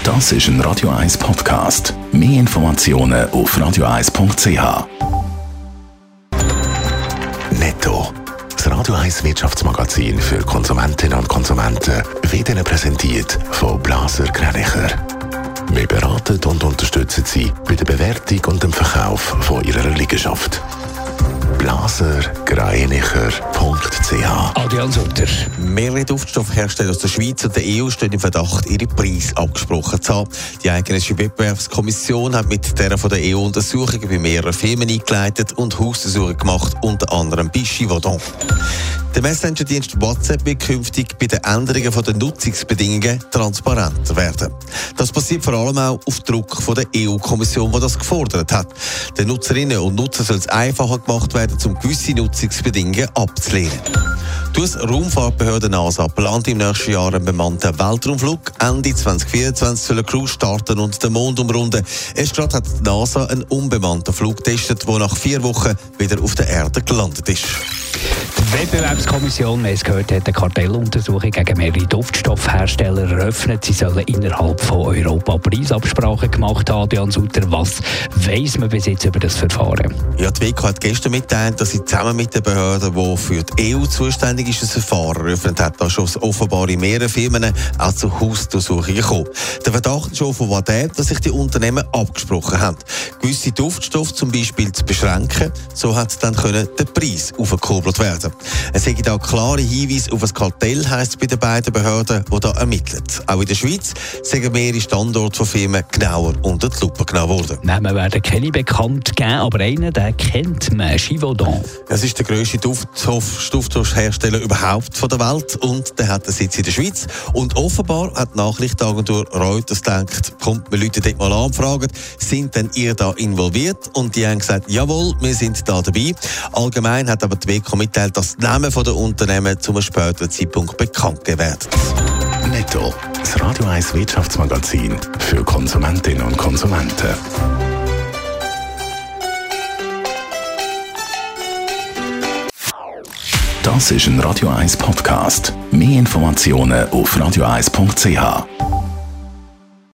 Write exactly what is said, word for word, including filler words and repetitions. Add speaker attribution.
Speaker 1: Das ist ein Radio eins Podcast. Mehr Informationen auf radio eins punkt c h. Netto, das Radio eins Wirtschaftsmagazin für Konsumentinnen und Konsumenten, wird Ihnen präsentiert von Blaser Greinicher. Wir beraten und unterstützen Sie bei der Bewertung und dem Verkauf von Ihrer Liegenschaft. blaser greinicher punkt c h.
Speaker 2: Adrian Sutter.
Speaker 3: Mehrere Duftstoffhersteller aus der Schweiz und der E U stehen im Verdacht, ihre Preise abgesprochen zu haben. Die Eidgenössische Wettbewerbskommission hat mit der von der E U Untersuchungen bei mehreren Firmen eingeleitet und Hausdurchsuchungen gemacht, unter anderem bei Givaudan. Der Messenger-Dienst WhatsApp wird künftig bei den Änderungen der Nutzungsbedingungen transparenter werden. Das passiert vor allem auch auf Druck von der E U-Kommission, die das gefordert hat. Den Nutzerinnen und Nutzern soll es einfacher gemacht werden, um gewisse Nutzungsbedingungen abzulehnen. Die U S-Raumfahrtbehörde NASA plant im nächsten Jahr einen bemannten Weltraumflug. Ende zwanzig vierundzwanzig soll eine Crew starten und den Mond umrunden. Erst gerade hat die NASA einen unbemannten Flug getestet, der nach vier Wochen wieder auf der Erde gelandet ist.
Speaker 2: Die Wettbewerbskommission, wie es gehört, hat eine Kartelluntersuchung gegen mehrere Duftstoffhersteller eröffnet. Sie sollen innerhalb von Europa Preisabsprachen gemacht haben. Adrian Sutter, was weiss man bis jetzt über das Verfahren?
Speaker 3: Ja, die W K hat gestern mitteilt, dass sie zusammen mit den Behörden, die für die E U zuständig ist, ein Verfahren eröffnet hat. Da schon offenbar in mehreren Firmen auch zu Hausdurchsuchungen gekommen. Der Verdacht ist schon offenbar der, dass sich die Unternehmen abgesprochen haben, gewisse Duftstoffe zum Beispiel zu beschränken. So hat dann können der Preis aufgekurbelt werden. Es gibt auch klare Hinweise auf ein Kartell, heisst es bei den beiden Behörden, die da ermitteln. Auch in der Schweiz sind mehrere Standorte von Firmen genauer unter die Lupe genommen worden.
Speaker 2: Namen werden keine bekannt geben, aber einen, den kennt man, Givaudan.
Speaker 3: Es ist der grösste Duftstoffhersteller überhaupt von der Welt und der hat einen Sitz in der Schweiz. Und offenbar hat die Nachrichtenagentur Reuters gedacht, kommt, wir Leute dort mal anfragen, sind denn ihr da involviert? Und die haben gesagt, jawohl, wir sind da dabei. Allgemein hat aber die W K mitteilt, dass die Namen der Unternehmen zu einem späteren Zeitpunkt bekannt gegeben werden.
Speaker 1: Netto, das Radio eins Wirtschaftsmagazin für Konsumentinnen und Konsumenten. Das ist ein Radio eins Podcast. Mehr Informationen auf radio eins punkt c h.